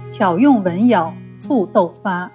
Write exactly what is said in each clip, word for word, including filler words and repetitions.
巧用文咬醋豆发。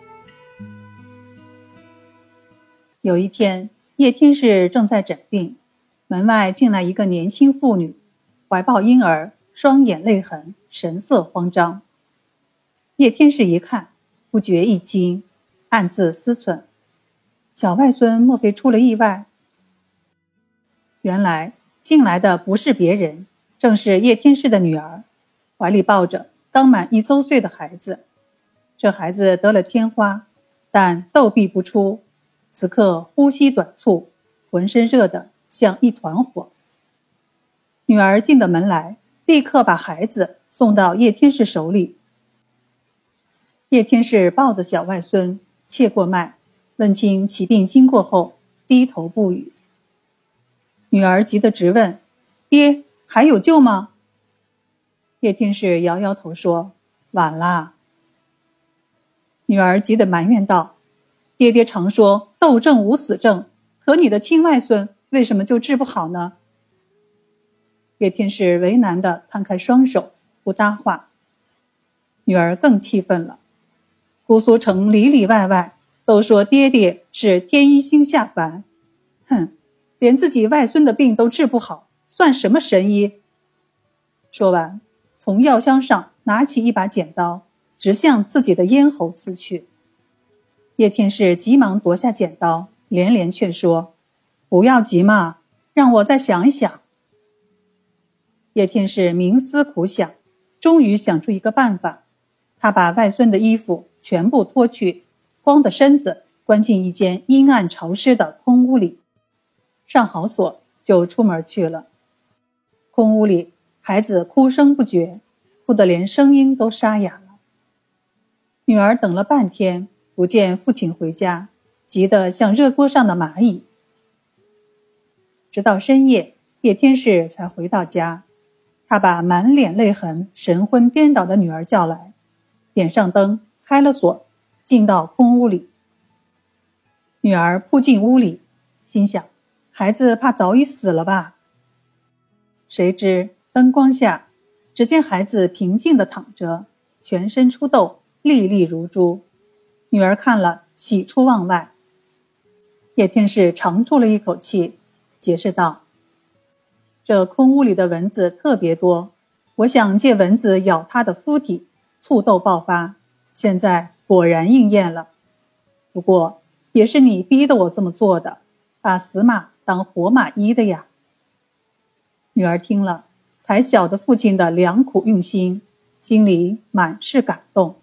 有一天，叶天士正在诊病，门外进来一个年轻妇女，怀抱婴儿，双眼泪痕，神色慌张。叶天士一看，不觉一惊，暗自思忖：小外孙莫非出了意外？原来进来的不是别人，正是叶天士的女儿，怀里抱着刚满一周岁的孩子。这孩子得了天花，但痘闭不出，此刻呼吸短促，浑身热得像一团火。女儿进的门来，立刻把孩子送到叶天士手里。叶天士抱着小外孙，切过脉，问清其病经过后，低头不语。女儿急得直问：爹，还有救吗？叶天士摇摇头说：晚啦。女儿急得埋怨道：爹爹常说斗症无死症，可你的亲外孙为什么就治不好呢？叶天士为难地摊开双手，不搭话。女儿更气愤了，姑苏城里里外外都说爹爹是天一星下凡，哼，连自己外孙的病都治不好，算什么神医？说完，从药箱上拿起一把剪刀，直向自己的咽喉刺去。叶天士急忙夺下剪刀，连连劝说：不要急嘛，让我再想一想。叶天士冥思苦想，终于想出一个办法。他把外孙的衣服全部脱去，光着身子关进一间阴暗潮湿的空屋里，上好锁就出门去了。空屋里，孩子哭声不绝，哭得连声音都沙哑了。女儿等了半天，不见父亲回家，急得像热锅上的蚂蚁。直到深夜，叶天士才回到家。他把满脸泪痕、神魂颠倒的女儿叫来，点上灯，开了锁，进到空屋里。女儿扑进屋里，心想：孩子怕早已死了吧？谁知灯光下，只见孩子平静地躺着，全身出痘，粒粒如珠。女儿看了，喜出望外。叶天士长吐了一口气，解释道：这空屋里的蚊子特别多，我想借蚊子咬它的肤体，醋痘爆发，现在果然应验了。不过也是你逼得我这么做的，把死马当活马医的呀。女儿听了，才晓得父亲的良苦用心，心里满是感动。